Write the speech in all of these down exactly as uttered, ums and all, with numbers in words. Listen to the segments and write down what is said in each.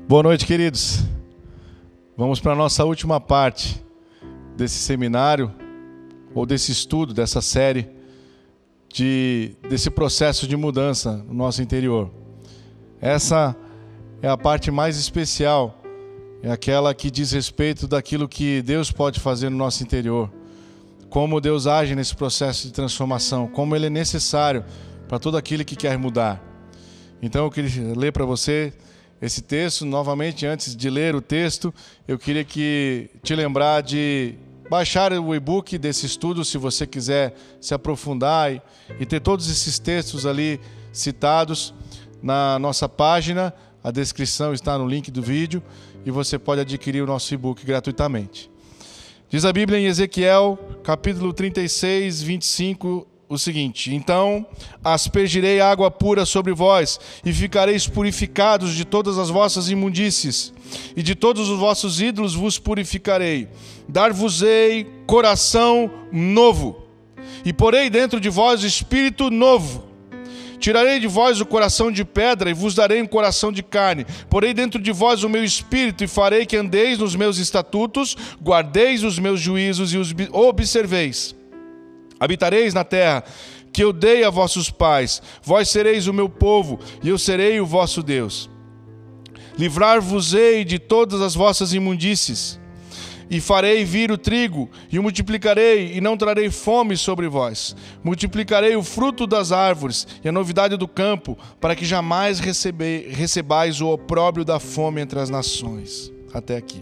Boa noite, queridos. Vamos para a nossa última parte desse seminário, ou desse estudo, dessa série, de, desse processo de mudança no nosso interior. Essa é a parte mais especial, é aquela que diz respeito daquilo que Deus pode fazer no nosso interior, como Deus age nesse processo de transformação, como Ele é necessário para todo aquele que quer mudar. Então eu queria ler para você esse texto. Novamente, antes de ler o texto, eu queria que te lembrar de baixar o e-book desse estudo, se você quiser se aprofundar e, e ter todos esses textos ali citados na nossa página. A descrição está no link do vídeo e você pode adquirir o nosso e-book gratuitamente. Diz a Bíblia em Ezequiel, capítulo trinta e seis, vinte e cinco, o seguinte: então aspergirei água pura sobre vós, e ficareis purificados de todas as vossas imundícies, e de todos os vossos ídolos vos purificarei. Dar-vos-ei coração novo, e porei dentro de vós espírito novo. Tirarei de vós o coração de pedra, e vos darei um coração de carne. Porei dentro de vós o meu espírito, e farei que andeis nos meus estatutos, guardeis os meus juízos e os observeis. Habitareis na terra que eu dei a vossos pais, vós sereis o meu povo, e eu serei o vosso Deus. Livrar-vos-ei de todas as vossas imundícies, e farei vir o trigo, e o multiplicarei, e não trarei fome sobre vós. Multiplicarei o fruto das árvores, e a novidade do campo, para que jamais recebe, recebais o opróbrio da fome entre as nações. Até aqui.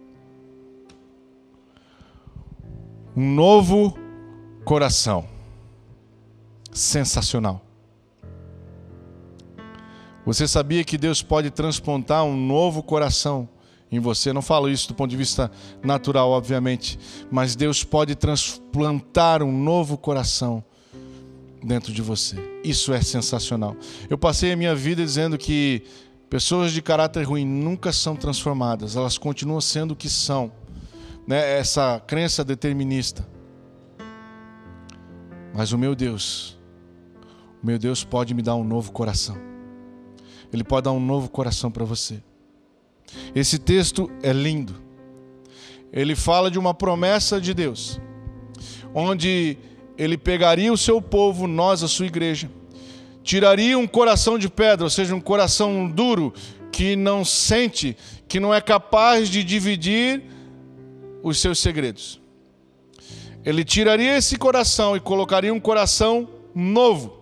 Um novo coração. Sensacional. Você sabia que Deus pode transplantar um novo coração em você? Não falo isso do ponto de vista natural, obviamente, mas Deus pode transplantar um novo coração dentro de você. Isso é sensacional. Eu passei a minha vida dizendo que pessoas de caráter ruim nunca são transformadas, elas continuam sendo o que são, né? Essa crença determinista. Mas o meu Deus, o meu Deus pode me dar um novo coração. Ele pode dar um novo coração para você. Esse texto é lindo. Ele fala de uma promessa de Deus, onde Ele pegaria o seu povo, nós, a sua igreja, tiraria um coração de pedra, ou seja, um coração duro, que não sente, que não é capaz de dividir os seus segredos. Ele tiraria esse coração e colocaria um coração novo.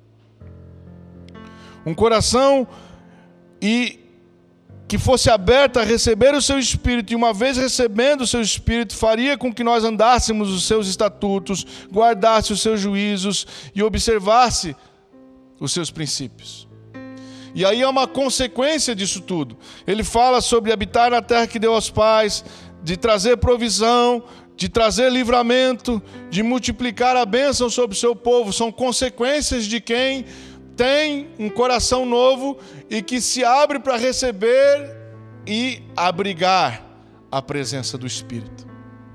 Um coração e que fosse aberto a receber o seu Espírito, e uma vez recebendo o seu Espírito, faria com que nós andássemos os seus estatutos, guardasse os seus juízos e observasse os seus princípios. E aí é uma consequência disso tudo. Ele fala sobre habitar na terra que deu aos pais, de trazer provisão, de trazer livramento, de multiplicar a bênção sobre o seu povo. São consequências de quem tem um coração novo e que se abre para receber e abrigar a presença do Espírito.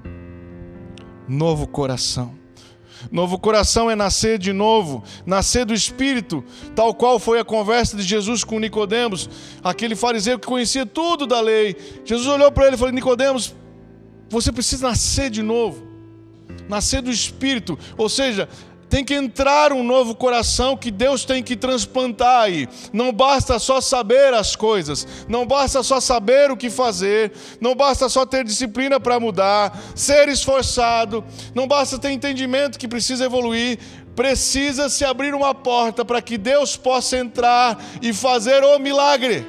Novo coração. Novo coração é nascer de novo, nascer do Espírito, tal qual foi a conversa de Jesus com Nicodemos, aquele fariseu que conhecia tudo da lei. Jesus olhou para ele e falou: Nicodemos, você precisa nascer de novo, nascer do Espírito, ou seja, tem que entrar um novo coração que Deus tem que transplantar aí. Não basta só saber as coisas, não basta só saber o que fazer, não basta só ter disciplina para mudar, ser esforçado, não basta ter entendimento que precisa evoluir, precisa se abrir uma porta para que Deus possa entrar e fazer o milagre.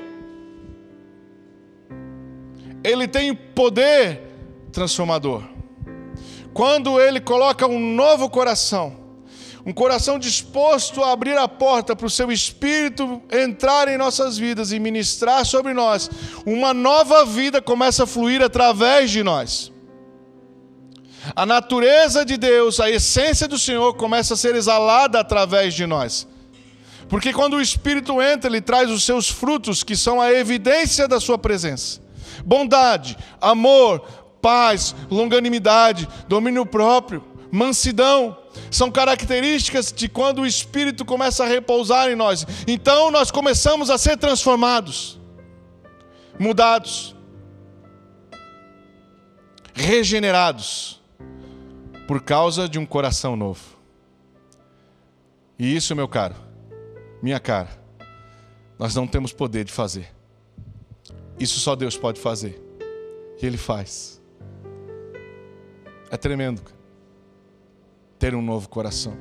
Ele tem poder transformador. Quando Ele coloca um novo coração, um coração disposto a abrir a porta para o seu Espírito entrar em nossas vidas e ministrar sobre nós, uma nova vida começa a fluir através de nós. A natureza de Deus, a essência do Senhor começa a ser exalada através de nós. Porque quando o Espírito entra, Ele traz os seus frutos, que são a evidência da sua presença. Bondade, amor, paz, longanimidade, domínio próprio, mansidão, são características de quando o Espírito começa a repousar em nós. Então nós começamos a ser transformados. mudados, regenerados, por causa de um coração novo. E isso, meu caro, minha cara, nós não temos poder de fazer. Isso só Deus pode fazer. E Ele faz. É tremendo, cara, ter um novo coração.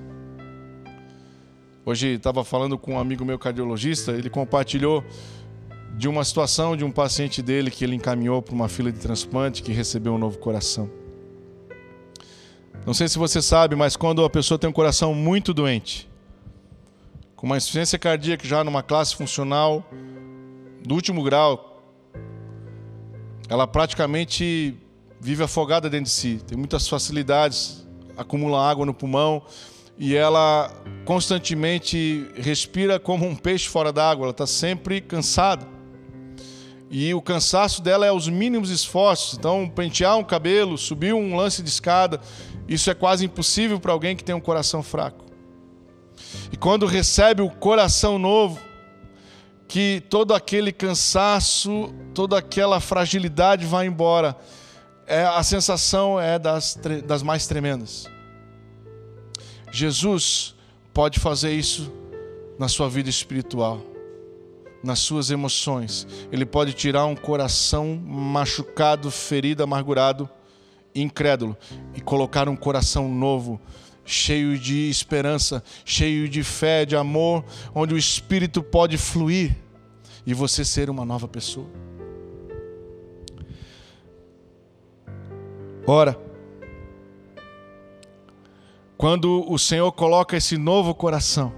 Hoje estava falando com um amigo meu cardiologista, ele compartilhou de uma situação de um paciente dele que ele encaminhou para uma fila de transplante, que recebeu um novo coração. Não sei se você sabe, mas quando a pessoa tem um coração muito doente, com uma insuficiência cardíaca já numa classe funcional do último grau, ela praticamente vive afogada dentro de si, tem muitas facilidades, acumula água no pulmão e ela constantemente respira como um peixe fora d'água, ela está sempre cansada. E o cansaço dela é os mínimos esforços. Então, pentear um cabelo, subir um lance de escada, isso é quase impossível para alguém que tem um coração fraco. E quando recebe o coração novo, que todo aquele cansaço, toda aquela fragilidade vai embora, é, a sensação é das, das mais tremendas. Jesus pode fazer isso na sua vida espiritual, nas suas emoções. Ele pode tirar um coração machucado, ferido, amargurado, incrédulo, e colocar um coração novo, cheio de esperança, cheio de fé, de amor, onde o Espírito pode fluir e você ser uma nova pessoa. Ora, quando o Senhor coloca esse novo coração,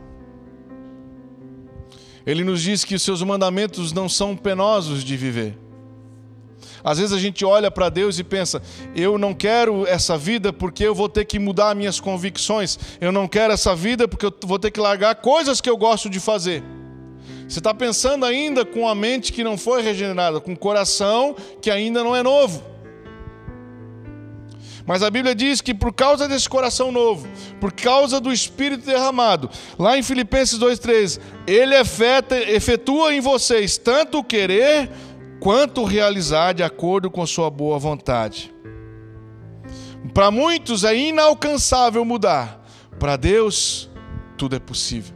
Ele nos diz que os seus mandamentos não são penosos de viver. Às vezes a gente olha para Deus e pensa, eu não quero essa vida porque eu vou ter que mudar minhas convicções. Eu não quero essa vida porque eu vou ter que largar coisas que eu gosto de fazer. Você está pensando ainda com a mente que não foi regenerada, com o coração que ainda não é novo. Mas a Bíblia diz que por causa desse coração novo, por causa do Espírito derramado, lá em Filipenses dois, treze, Ele efetua em vocês tanto o querer quanto o realizar de acordo com a sua boa vontade. Para muitos é inalcançável mudar, para Deus tudo é possível.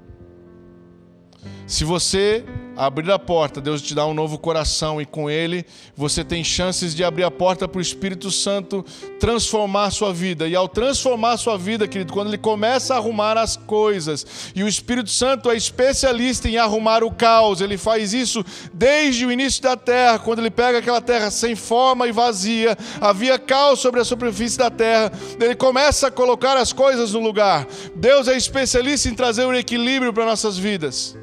Se você abrir a porta, Deus te dá um novo coração e com Ele você tem chances de abrir a porta para o Espírito Santo transformar a sua vida. E ao transformar a sua vida, querido, quando Ele começa a arrumar as coisas, e o Espírito Santo é especialista em arrumar o caos, Ele faz isso desde o início da terra, quando Ele pega aquela terra sem forma e vazia, havia caos sobre a superfície da terra, Ele começa a colocar as coisas no lugar. Deus é especialista em trazer o equilíbrio para nossas vidas.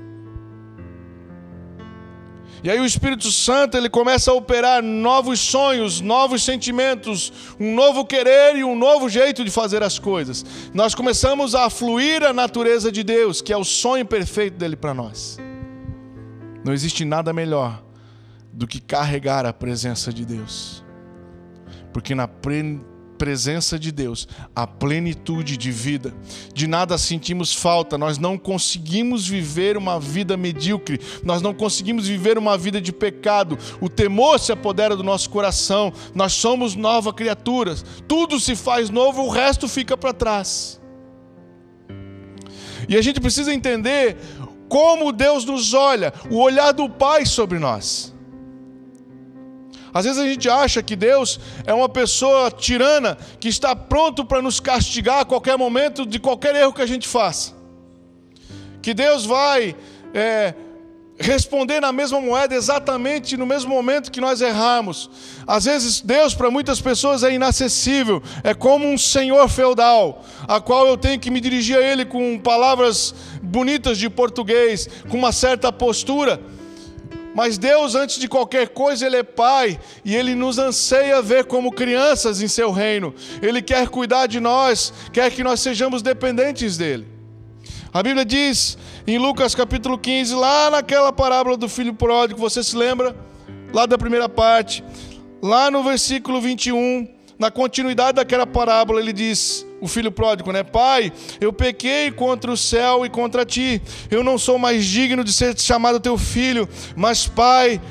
E aí o Espírito Santo, ele começa a operar novos sonhos, novos sentimentos, um novo querer e um novo jeito de fazer as coisas. Nós começamos a fluir a natureza de Deus, que é o sonho perfeito dele para nós. Não existe nada melhor do que carregar a presença de Deus. Porque na pre... presença de Deus, a plenitude de vida, de nada sentimos falta, nós não conseguimos viver uma vida medíocre, nós não conseguimos viver uma vida de pecado, o temor se apodera do nosso coração, nós somos nova criatura, tudo se faz novo, o resto fica para trás. E a gente precisa entender como Deus nos olha, o olhar do Pai sobre nós. Às vezes a gente acha que Deus é uma pessoa tirana que está pronto para nos castigar a qualquer momento de qualquer erro que a gente faça. Que Deus vai é, responder na mesma moeda exatamente no mesmo momento que nós errarmos. Às vezes Deus para muitas pessoas é inacessível, é como um senhor feudal, a qual eu tenho que me dirigir a Ele com palavras bonitas de português, com uma certa postura. Mas Deus, antes de qualquer coisa, Ele é Pai e Ele nos anseia ver como crianças em Seu reino. Ele quer cuidar de nós, quer que nós sejamos dependentes dEle. A Bíblia diz em Lucas capítulo quinze, lá naquela parábola do filho pródigo, você se lembra? Lá da primeira parte, lá no versículo vinte e um, na continuidade daquela parábola, ele diz, o filho pródigo, né? Pai, eu pequei contra o céu e contra ti. Eu não sou mais digno de ser chamado teu filho, mas pai,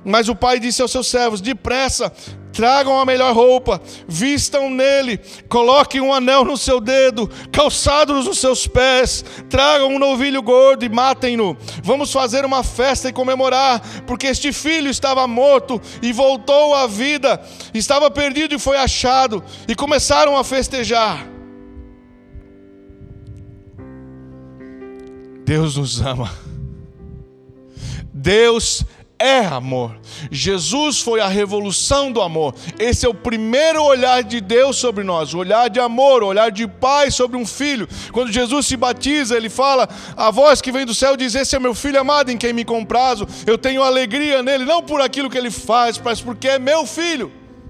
Mas o pai disse aos seus servos: depressa, tragam a melhor roupa, vistam nele, coloquem um anel no seu dedo, calçados nos seus pés, tragam um novilho gordo e matem-no. Vamos fazer uma festa e comemorar, porque este filho estava morto e voltou à vida, estava perdido e foi achado. E começaram a festejar. Deus nos ama. Deus é amor. Jesus foi a revolução do amor. Esse é o primeiro olhar de Deus sobre nós, o olhar de amor, o olhar de pai sobre um filho. Quando Jesus se batiza, ele fala: a voz que vem do céu diz: esse é meu filho amado em quem me comprazo, eu tenho alegria nele, não por aquilo que ele faz, mas porque é meu filho.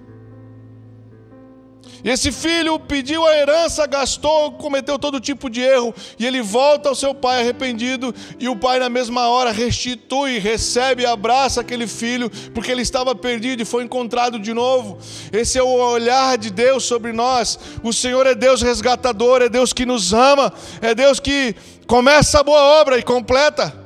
E esse filho pediu a herança, gastou, cometeu todo tipo de erro, e ele volta ao seu pai arrependido, e o pai na mesma hora restitui, recebe e abraça aquele filho, porque ele estava perdido e foi encontrado de novo. Esse é o olhar de Deus sobre nós. O Senhor é Deus resgatador, é Deus que nos ama, é Deus que começa a boa obra e completa.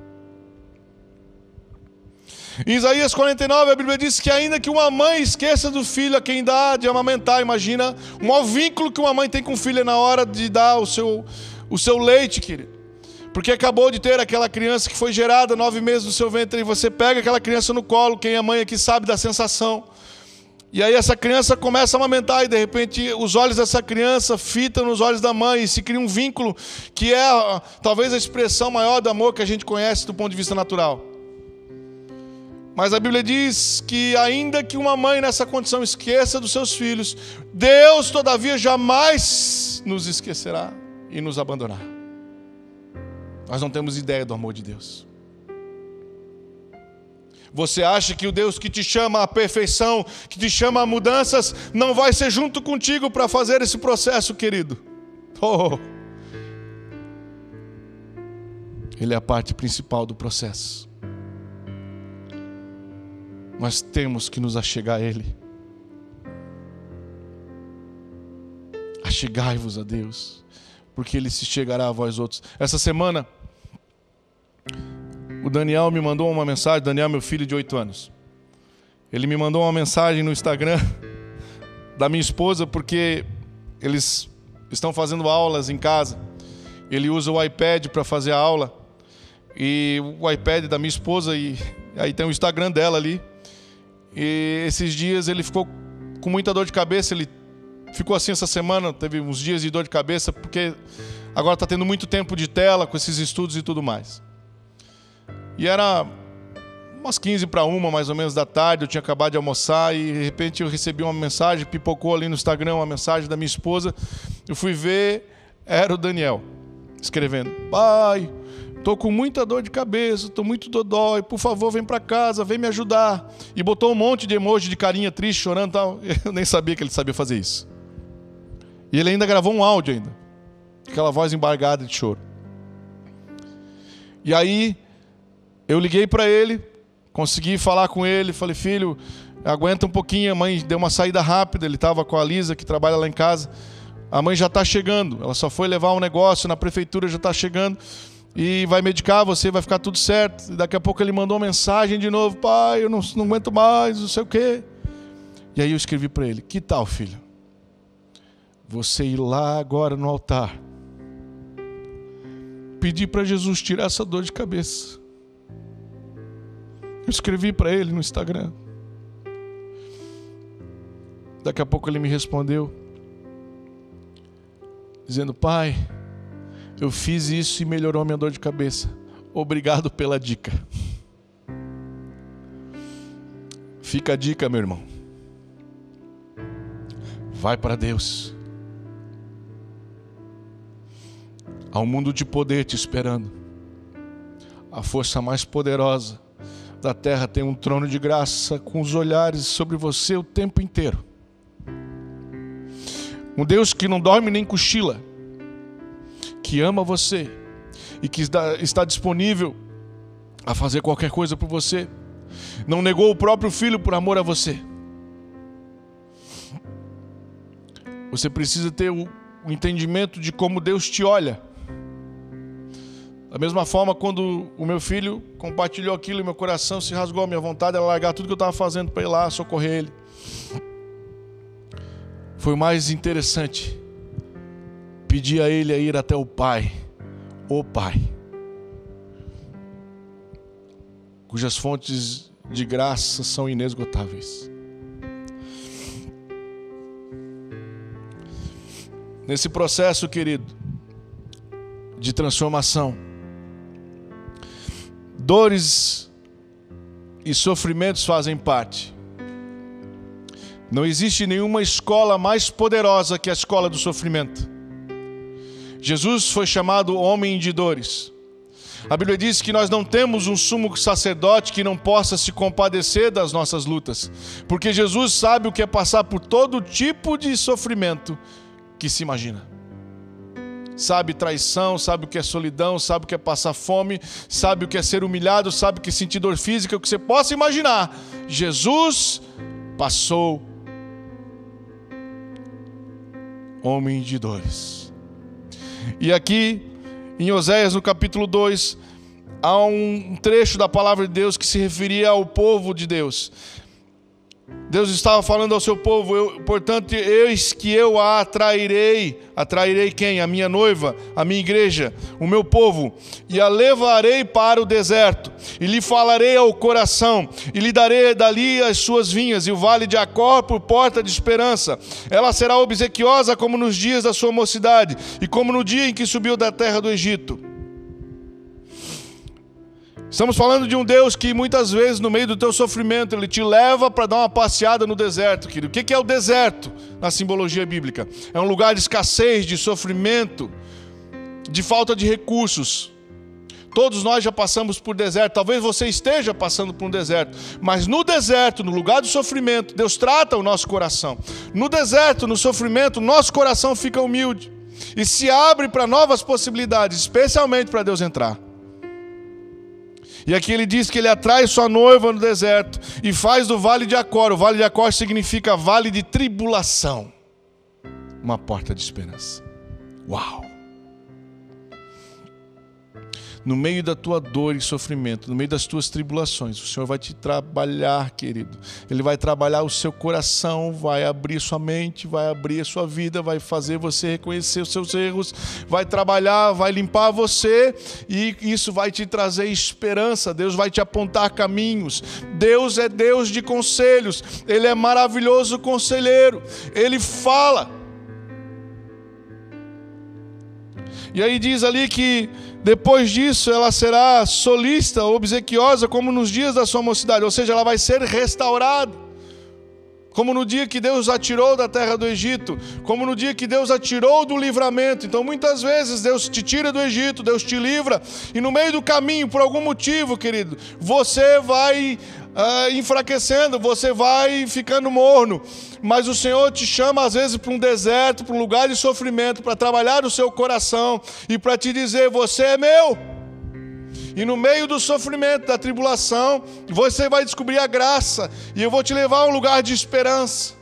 Em Isaías quarenta e nove, a Bíblia diz que ainda que uma mãe esqueça do filho a quem dá de amamentar, imagina o maior vínculo que uma mãe tem com o filho na hora de dar o seu, o seu leite, querido. Porque acabou de ter aquela criança que foi gerada nove meses no seu ventre, e você pega aquela criança no colo, quem é mãe aqui sabe da sensação. E aí essa criança começa a amamentar, e de repente os olhos dessa criança fitam nos olhos da mãe, e se cria um vínculo que é talvez a expressão maior do amor que a gente conhece do ponto de vista natural. Mas a Bíblia diz que ainda que uma mãe nessa condição esqueça dos seus filhos, Deus todavia jamais nos esquecerá e nos abandonará. Nós não temos ideia do amor de Deus. Você acha que o Deus que te chama à perfeição, que te chama a mudanças, não vai ser junto contigo para fazer esse processo, querido? Oh! Ele é a parte principal do processo. Nós temos que nos achegar a Ele. Achegai-vos a Deus, porque Ele se chegará a vós outros. Essa semana, o Daniel me mandou uma mensagem. Daniel, meu filho de oito anos. Ele me mandou uma mensagem no Instagram da minha esposa, porque eles estão fazendo aulas em casa. Ele usa o iPad para fazer a aula, e o iPad da minha esposa, e aí tem o Instagram dela ali. E esses dias ele ficou com muita dor de cabeça. Ele ficou assim essa semana, teve uns dias de dor de cabeça, porque agora está tendo muito tempo de tela com esses estudos e tudo mais. E era umas quinze para uma mais ou menos da tarde, eu tinha acabado de almoçar, e de repente eu recebi uma mensagem, pipocou ali no Instagram uma mensagem da minha esposa. Eu fui ver, era o Daniel escrevendo: pai, estou com muita dor de cabeça, estou muito dodói, por favor vem para casa, vem me ajudar. E botou um monte de emoji de carinha triste, chorando e tal. Eu nem sabia que ele sabia fazer isso. E ele ainda gravou um áudio ainda, aquela voz embargada de choro. E aí eu liguei para ele, consegui falar com ele, falei: filho, aguenta um pouquinho. A mãe deu uma saída rápida, ele estava com a Lisa, que trabalha lá em casa. A mãe já está chegando, ela só foi levar um negócio na prefeitura, já está chegando. E vai medicar você, vai ficar tudo certo. E daqui a pouco ele mandou uma mensagem de novo: pai, eu não, não aguento mais, não sei o quê. E aí eu escrevi para ele: que tal, filho, você ir lá agora no altar, pedir para Jesus tirar essa dor de cabeça? Eu escrevi para ele no Instagram. Daqui a pouco ele me respondeu dizendo: pai, eu fiz isso e melhorou a minha dor de cabeça. Obrigado pela dica. Fica a dica, meu irmão. Vai para Deus. Há um mundo de poder te esperando. A força mais poderosa da terra tem um trono de graça com os olhares sobre você o tempo inteiro. Um Deus que não dorme nem cochila, que ama você e que está disponível a fazer qualquer coisa por você. Não negou o próprio filho por amor a você. Você precisa ter o entendimento de como Deus te olha. Da mesma forma, quando o meu filho compartilhou aquilo e meu coração se rasgou, a minha vontade era largar tudo que eu estava fazendo para ir lá socorrer ele. Foi o mais interessante. Pedir a ele a ir até o Pai, o Pai, cujas fontes de graça são inesgotáveis. Nesse processo, querido, de transformação, dores e sofrimentos fazem parte. Não existe nenhuma escola mais poderosa que a escola do sofrimento. Jesus foi chamado homem de dores. A Bíblia diz que nós não temos um sumo sacerdote que não possa se compadecer das nossas lutas, porque Jesus sabe o que é passar por todo tipo de sofrimento que se imagina. Sabe traição, sabe o que é solidão, sabe o que é passar fome, sabe o que é ser humilhado, sabe o que é sentir dor física, o que você possa imaginar. Jesus passou, homem de dores. E aqui, em Oséias, no capítulo dois, há um trecho da palavra de Deus que se referia ao povo de Deus. Deus estava falando ao seu povo, eu, portanto, eis que eu a atrairei. Atrairei quem? A minha noiva, a minha igreja, o meu povo. E a levarei para o deserto. E lhe falarei ao coração. E lhe darei dali as suas vinhas. E o vale de Acor por porta de esperança. Ela será obsequiosa como nos dias da sua mocidade. E como no dia em que subiu da terra do Egito. Estamos falando de um Deus que muitas vezes no meio do teu sofrimento Ele te leva para dar uma passeada no deserto, querido. O que é o deserto na simbologia bíblica? É um lugar de escassez, de sofrimento, de falta de recursos. Todos nós já passamos por deserto, talvez você esteja passando por um deserto, mas no deserto, no lugar do sofrimento, Deus trata o nosso coração. No deserto, no sofrimento, nosso coração fica humilde e se abre para novas possibilidades, especialmente para Deus entrar. E aqui ele diz que ele atrai sua noiva no deserto e faz do vale de Acor. O vale de Acor significa vale de tribulação. Uma porta de esperança. Uau! No meio da tua dor e sofrimento, no meio das tuas tribulações, o Senhor vai te trabalhar, querido. Ele vai trabalhar o seu coração, vai abrir sua mente, vai abrir a sua vida, vai fazer você reconhecer os seus erros, vai trabalhar, vai limpar você e isso vai te trazer esperança. Deus vai te apontar caminhos. Deus é Deus de conselhos. Ele é maravilhoso conselheiro. Ele fala. E aí diz ali que depois disso ela será solícita, obsequiosa, como nos dias da sua mocidade. Ou seja, ela vai ser restaurada. Como no dia que Deus a tirou da terra do Egito. Como no dia que Deus a tirou do livramento. Então muitas vezes Deus te tira do Egito, Deus te livra. E no meio do caminho, por algum motivo, querido, você vai uh, enfraquecendo, você vai ficando morno. Mas o Senhor te chama às vezes para um deserto, para um lugar de sofrimento, para trabalhar o seu coração e para te dizer, você é meu. E no meio do sofrimento, da tribulação, você vai descobrir a graça e eu vou te levar a um lugar de esperança.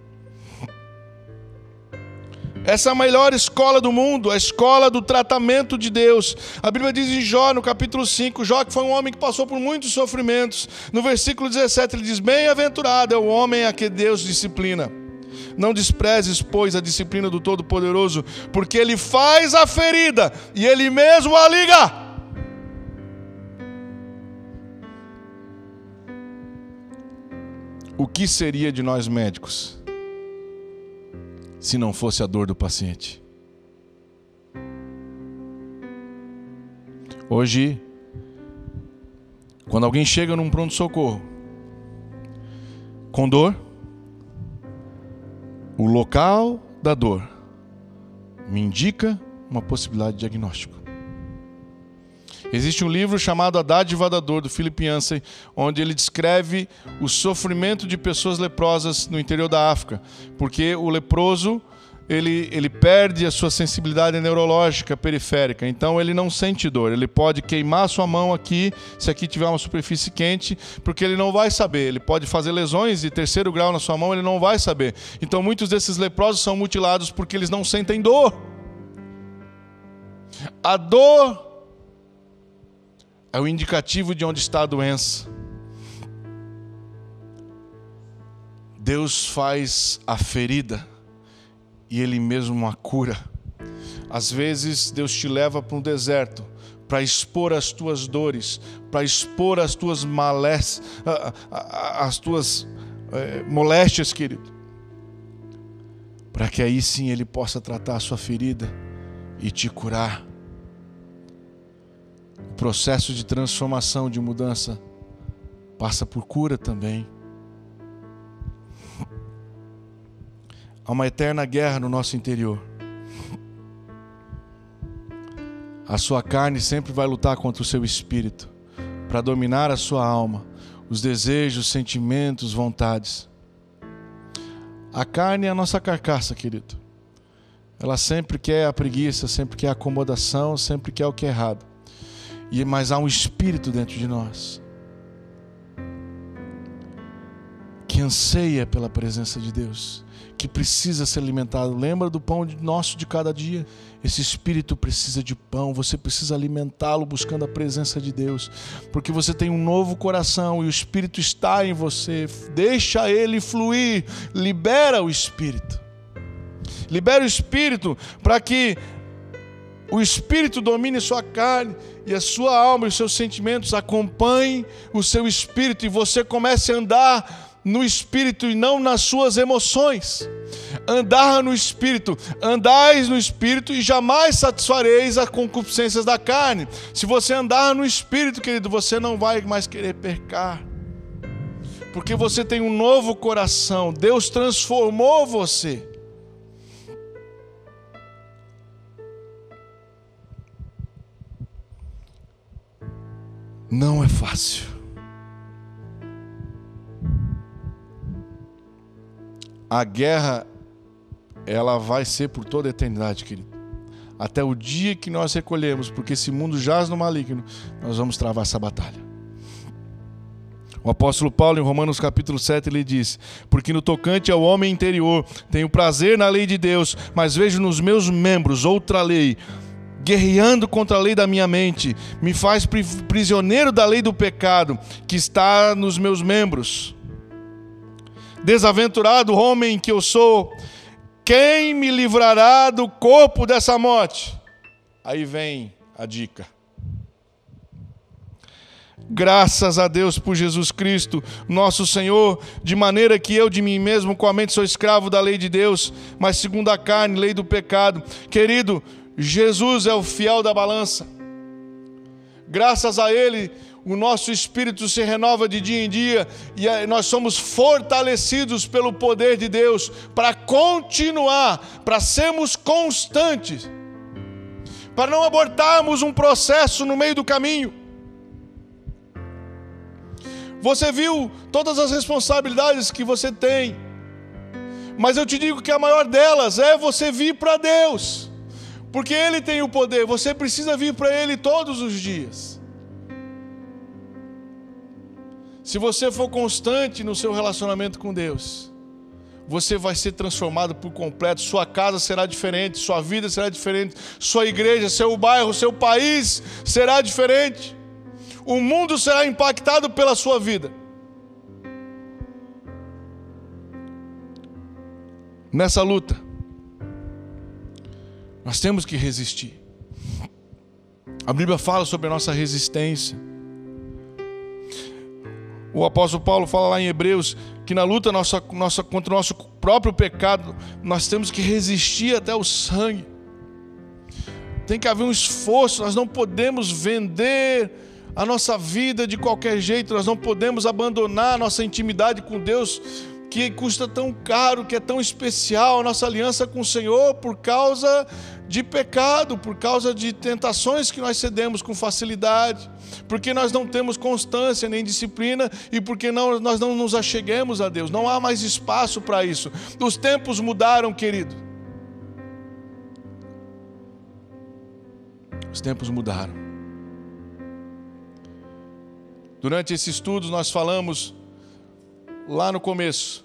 Essa é a melhor escola do mundo, a escola do tratamento de Deus. A Bíblia diz em Jó, no capítulo cinco, Jó que foi um homem que passou por muitos sofrimentos. No versículo dezessete ele diz, bem-aventurado é o homem a que Deus disciplina. Não desprezes, pois, a disciplina do Todo-Poderoso, porque Ele faz a ferida e Ele mesmo a liga. O que seria de nós médicos se não fosse a dor do paciente? Hoje, quando alguém chega num pronto-socorro com dor, o local da dor me indica uma possibilidade de diagnóstico. Existe um livro chamado A Dádiva da Dor, do Philip Yancey, onde ele descreve o sofrimento de pessoas leprosas no interior da África, porque o leproso ele, ele perde a sua sensibilidade neurológica periférica, então ele não sente dor. Ele pode queimar sua mão aqui, se aqui tiver uma superfície quente, porque ele não vai saber. Ele pode fazer lesões de terceiro grau na sua mão, ele não vai saber. Então muitos desses leprosos são mutilados porque eles não sentem dor. A dor é o indicativo de onde está a doença. Deus faz a ferida e Ele mesmo a cura. Às vezes Deus te leva para um deserto para expor as tuas dores, para expor as tuas malés, as tuas é, moléstias, querido, para que aí sim Ele possa tratar a sua ferida e te curar. O processo de transformação, de mudança, passa por cura também. Há uma eterna guerra no nosso interior. A sua carne sempre vai lutar contra o seu espírito, para dominar a sua alma, os desejos, sentimentos, vontades. A carne é a nossa carcaça, querido. Ela sempre quer a preguiça, sempre quer a acomodação, sempre quer o que é errado. E, mas há um espírito dentro de nós que anseia pela presença de Deus, que precisa ser alimentado. Lembra do pão nosso de cada dia? Esse espírito precisa de pão, você precisa alimentá-lo buscando a presença de Deus, porque você tem um novo coração e o Espírito está em você. Deixa ele fluir, libera o Espírito. Libera o Espírito para que o Espírito domine sua carne e a sua alma e os seus sentimentos acompanhem o seu Espírito e você comece a andar no Espírito e não nas suas emoções. Andar no Espírito, andais no Espírito e jamais satisfareis as concupiscências da carne. Se você andar no Espírito, querido, você não vai mais querer pecar, porque você tem um novo coração. Deus transformou você. Não é fácil. A guerra, ela vai ser por toda a eternidade, querido. Até o dia que nós recolhemos, porque esse mundo jaz no maligno, nós vamos travar essa batalha. O apóstolo Paulo, em Romanos capítulo sete, ele diz: porque no tocante ao homem interior, tenho prazer na lei de Deus, mas vejo nos meus membros outra lei, guerreando contra a lei da minha mente, me faz prisioneiro da lei do pecado, que está nos meus membros. Desaventurado homem que eu sou, quem me livrará do corpo dessa morte? Aí vem a dica. Graças a Deus por Jesus Cristo, nosso Senhor, de maneira que eu de mim mesmo com a mente sou escravo da lei de Deus, mas segundo a carne, lei do pecado. Querido, Jesus é o fiel da balança. Graças a Ele, o nosso espírito se renova de dia em dia e nós somos fortalecidos pelo poder de Deus para continuar, para sermos constantes, para não abortarmos um processo no meio do caminho. Você viu todas as responsabilidades que você tem, mas eu te digo que a maior delas é você vir para Deus, porque Ele tem o poder. Você precisa vir para Ele todos os dias. Se você for constante no seu relacionamento com Deus, você vai ser transformado por completo. Sua casa será diferente, sua vida será diferente, sua igreja, seu bairro, seu país será diferente. O mundo será impactado pela sua vida. Nessa luta, nós temos que resistir. A Bíblia fala sobre a nossa resistência. O apóstolo Paulo fala lá em Hebreus que na luta nossa, nossa, contra o nosso próprio pecado, nós temos que resistir até o sangue. Tem que haver um esforço, nós não podemos vender a nossa vida de qualquer jeito, nós não podemos abandonar a nossa intimidade com Deus, que custa tão caro, que é tão especial, a nossa aliança com o Senhor, por causa de pecado, por causa de tentações que nós cedemos com facilidade, porque nós não temos constância nem disciplina e porque não, nós não nos acheguemos a Deus. Não há mais espaço para isso. Os tempos mudaram, querido. Os tempos mudaram. Durante esse estudo nós falamos lá no começo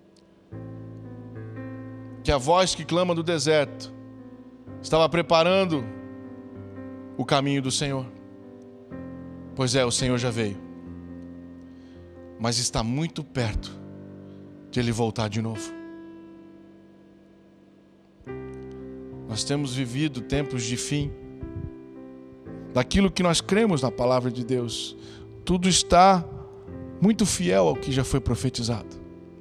que a voz que clama do deserto estava preparando o caminho do Senhor. Pois é, o Senhor já veio, mas está muito perto de Ele voltar de novo. Nós temos vivido tempos de fim, daquilo que nós cremos na palavra de Deus. Tudo está muito fiel ao que já foi profetizado.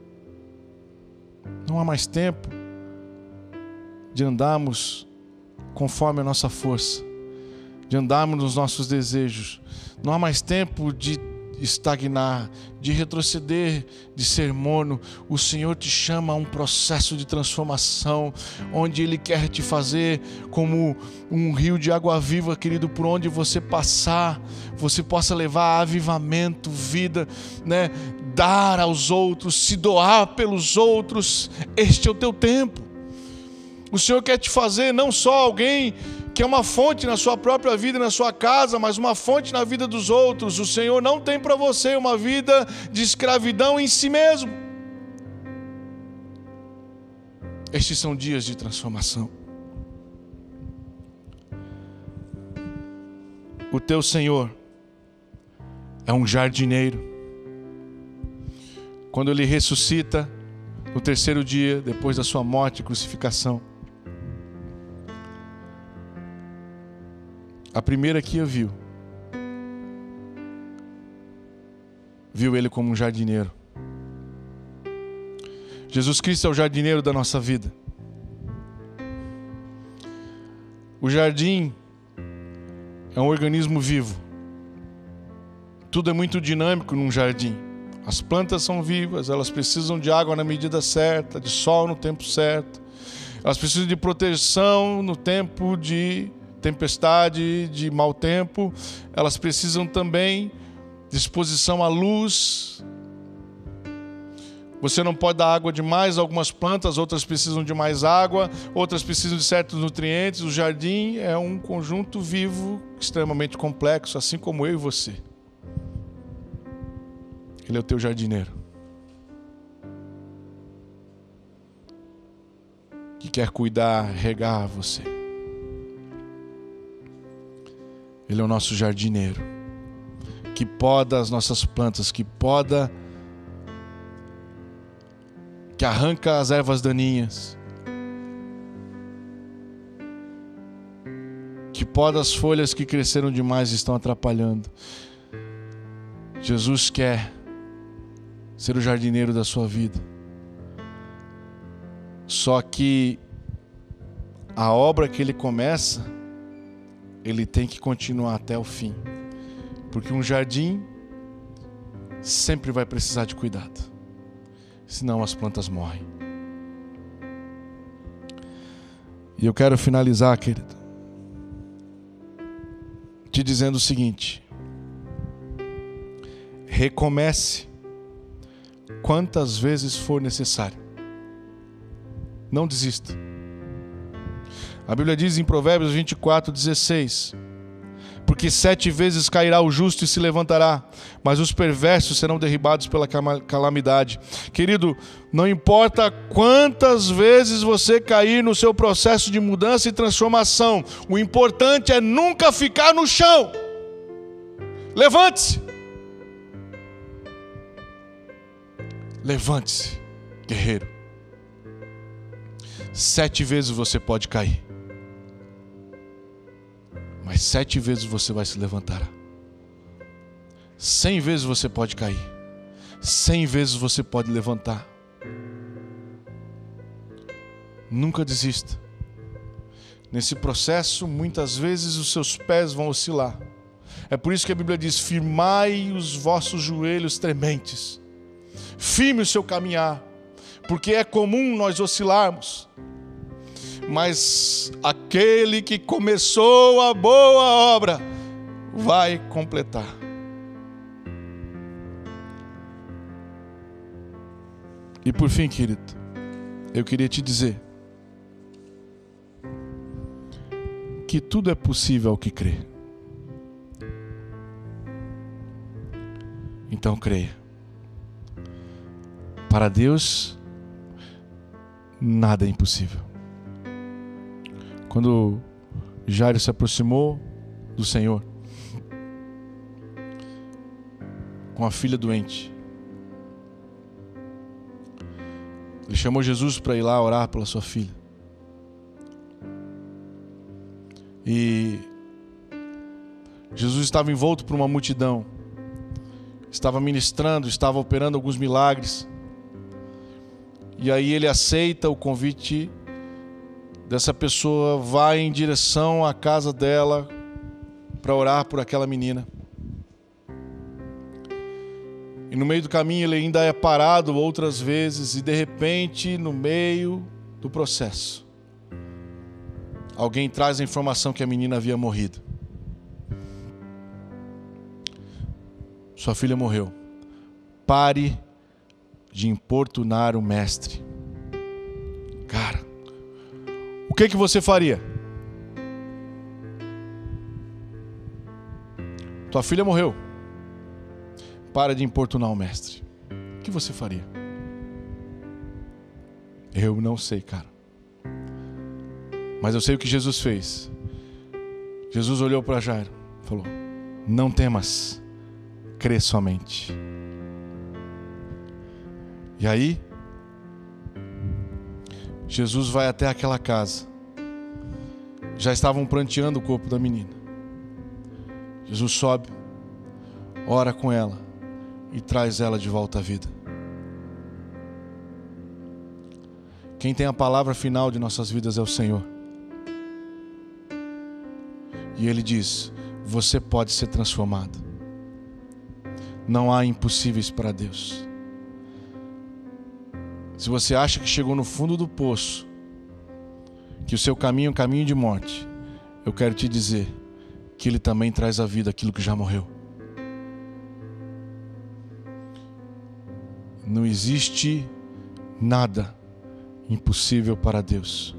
Não há mais tempo de andarmos conforme a nossa força, de andarmos nos nossos desejos. Não há mais tempo de estagnar, de retroceder, de ser morno. O Senhor te chama a um processo de transformação, onde Ele quer te fazer como um rio de água viva, querido, por onde você passar, você possa levar avivamento, vida, né? Dar aos outros, se doar pelos outros. Este é o teu tempo. O Senhor quer te fazer não só alguém que é uma fonte na sua própria vida, na sua casa, mas uma fonte na vida dos outros. O Senhor não tem para você uma vida de escravidão em si mesmo. Estes são dias de transformação. O teu Senhor é um jardineiro. Quando Ele ressuscita no terceiro dia, depois da sua morte e crucificação, a primeira que eu viu, viu Ele como um jardineiro. Jesus Cristo é o jardineiro da nossa vida. O jardim é um organismo vivo. Tudo é muito dinâmico num jardim. As plantas são vivas, elas precisam de água na medida certa, de sol no tempo certo. Elas precisam de proteção no tempo de tempestade, de mau tempo. Elas precisam também de exposição à luz. Você não pode dar água demais a algumas plantas, outras precisam de mais água, outras precisam de certos nutrientes. O jardim é um conjunto vivo extremamente complexo, assim como eu e você. Ele é o teu jardineiro, que quer cuidar, regar você. Ele é o nosso jardineiro, que poda as nossas plantas, que poda, que arranca as ervas daninhas, que poda as folhas que cresceram demais e estão atrapalhando. Jesus quer ser o jardineiro da sua vida. Só que a obra que Ele começa, Ele tem que continuar até o fim. Porque um jardim sempre vai precisar de cuidado. Senão as plantas morrem. E eu quero finalizar, querido, te dizendo o seguinte: recomece quantas vezes for necessário. Não desista. A Bíblia diz em Provérbios vinte e quatro, dezesseis: porque sete vezes cairá o justo e se levantará, mas os perversos serão derribados pela calamidade. Querido, não importa quantas vezes você cair no seu processo de mudança e transformação, o importante é nunca ficar no chão. Levante-se. Levante-se, guerreiro. Sete vezes você pode cair, mas sete vezes você vai se levantar. Cem vezes você pode cair, cem vezes você pode levantar. Nunca desista. Nesse processo, muitas vezes os seus pés vão oscilar. É por isso que a Bíblia diz: firmai os vossos joelhos trementes. Firme o seu caminhar, porque é comum nós oscilarmos, mas aquele que começou a boa obra vai completar. E por fim, querido, eu queria te dizer que tudo é possível ao que crê. Então creia. Para Deus, nada é impossível. Quando Jairo se aproximou do Senhor, com a filha doente. Ele chamou Jesus para ir lá orar pela sua filha. E Jesus estava envolto por uma multidão. Estava ministrando, estava operando alguns milagres. E aí ele aceita o convite dessa pessoa, vai em direção à casa dela para orar por aquela menina. E no meio do caminho ele ainda é parado outras vezes, e de repente, no meio do processo, alguém traz a informação que a menina havia morrido. Sua filha morreu. Pare de importunar o mestre. Cara, o que que você faria? Tua filha morreu. Para de importunar o mestre. O que você faria? Eu não sei, cara. Mas eu sei o que Jesus fez. Jesus olhou para Jairo e falou: não temas, crê somente. E aí, Jesus vai até aquela casa. Já estavam pranteando o corpo da menina. Jesus sobe, ora com ela e traz ela de volta à vida. Quem tem a palavra final de nossas vidas é o Senhor. E Ele diz: você pode ser transformado. Não há impossíveis para Deus. Se você acha que chegou no fundo do poço, que o seu caminho é um caminho de morte, eu quero te dizer que Ele também traz à vida aquilo que já morreu. Não existe nada impossível para Deus.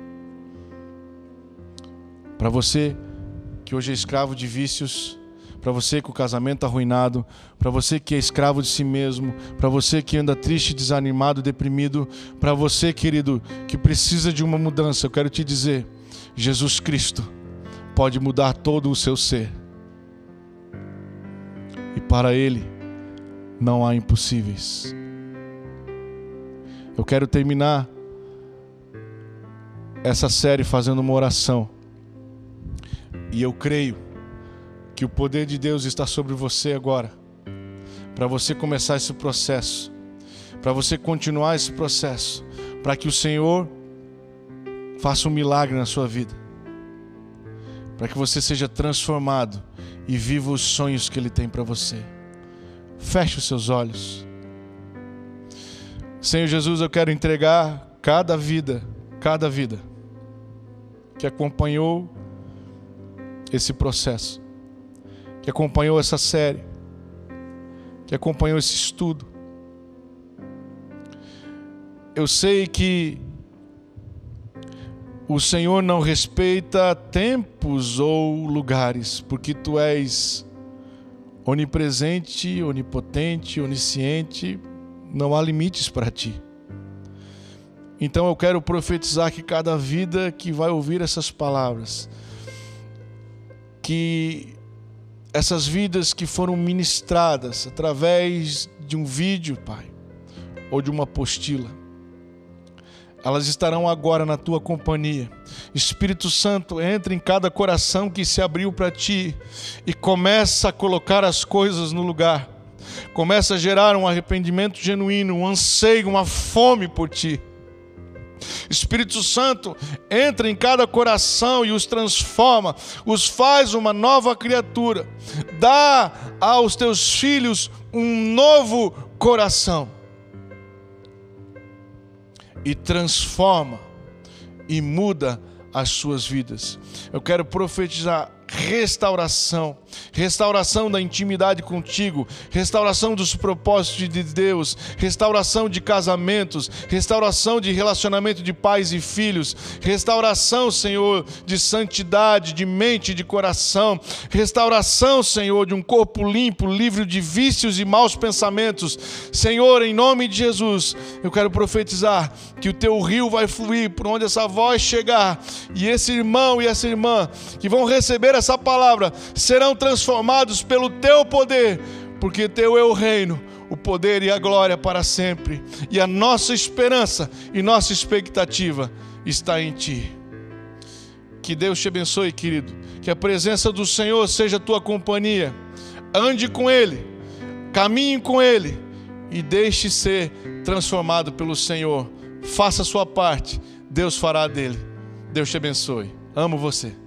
Para você que hoje é escravo de vícios, para você que o casamento está arruinado, para você que é escravo de si mesmo, para você que anda triste, desanimado, deprimido, para você, querido, que precisa de uma mudança, eu quero te dizer: Jesus Cristo pode mudar todo o seu ser. E para Ele não há impossíveis. Eu quero terminar essa série fazendo uma oração. E eu creio que o poder de Deus está sobre você agora, para você começar esse processo, para você continuar esse processo, para que o Senhor faça um milagre na sua vida, para que você seja transformado e viva os sonhos que Ele tem para você. Feche os seus olhos. Senhor Jesus, eu quero entregar cada vida, cada vida que acompanhou esse processo, que acompanhou essa série, que acompanhou esse estudo. Eu sei que o Senhor não respeita tempos ou lugares, porque Tu és onipresente, onipotente, onisciente, não há limites para Ti. Então eu quero profetizar que cada vida que vai ouvir essas palavras, que essas vidas que foram ministradas através de um vídeo, Pai, ou de uma apostila, elas estarão agora na Tua companhia. Espírito Santo, entra em cada coração que se abriu para Ti e começa a colocar as coisas no lugar. Começa a gerar um arrependimento genuíno, um anseio, uma fome por Ti. Espírito Santo, entra em cada coração e os transforma, os faz uma nova criatura. Dá aos Teus filhos um novo coração. E transforma e muda as suas vidas. Eu quero profetizar restauração, restauração da intimidade contigo, restauração dos propósitos de Deus, restauração de casamentos, restauração de relacionamento de pais e filhos, restauração, Senhor, de santidade, de mente e de coração, restauração, Senhor, de um corpo limpo, livre de vícios e maus pensamentos. Senhor, em nome de Jesus, eu quero profetizar que o Teu rio vai fluir por onde essa voz chegar, e esse irmão e essa irmã que vão receber essa palavra serão transformados pelo Teu poder, porque teu é o reino, o poder e a glória para sempre. E a nossa esperança e nossa expectativa está em ti. Que Deus te abençoe, querido. Que a presença do Senhor seja a tua companhia. Ande com Ele, caminhe com Ele e deixe ser transformado pelo Senhor. Faça a sua parte, Deus fará dele. Deus te abençoe. Amo você.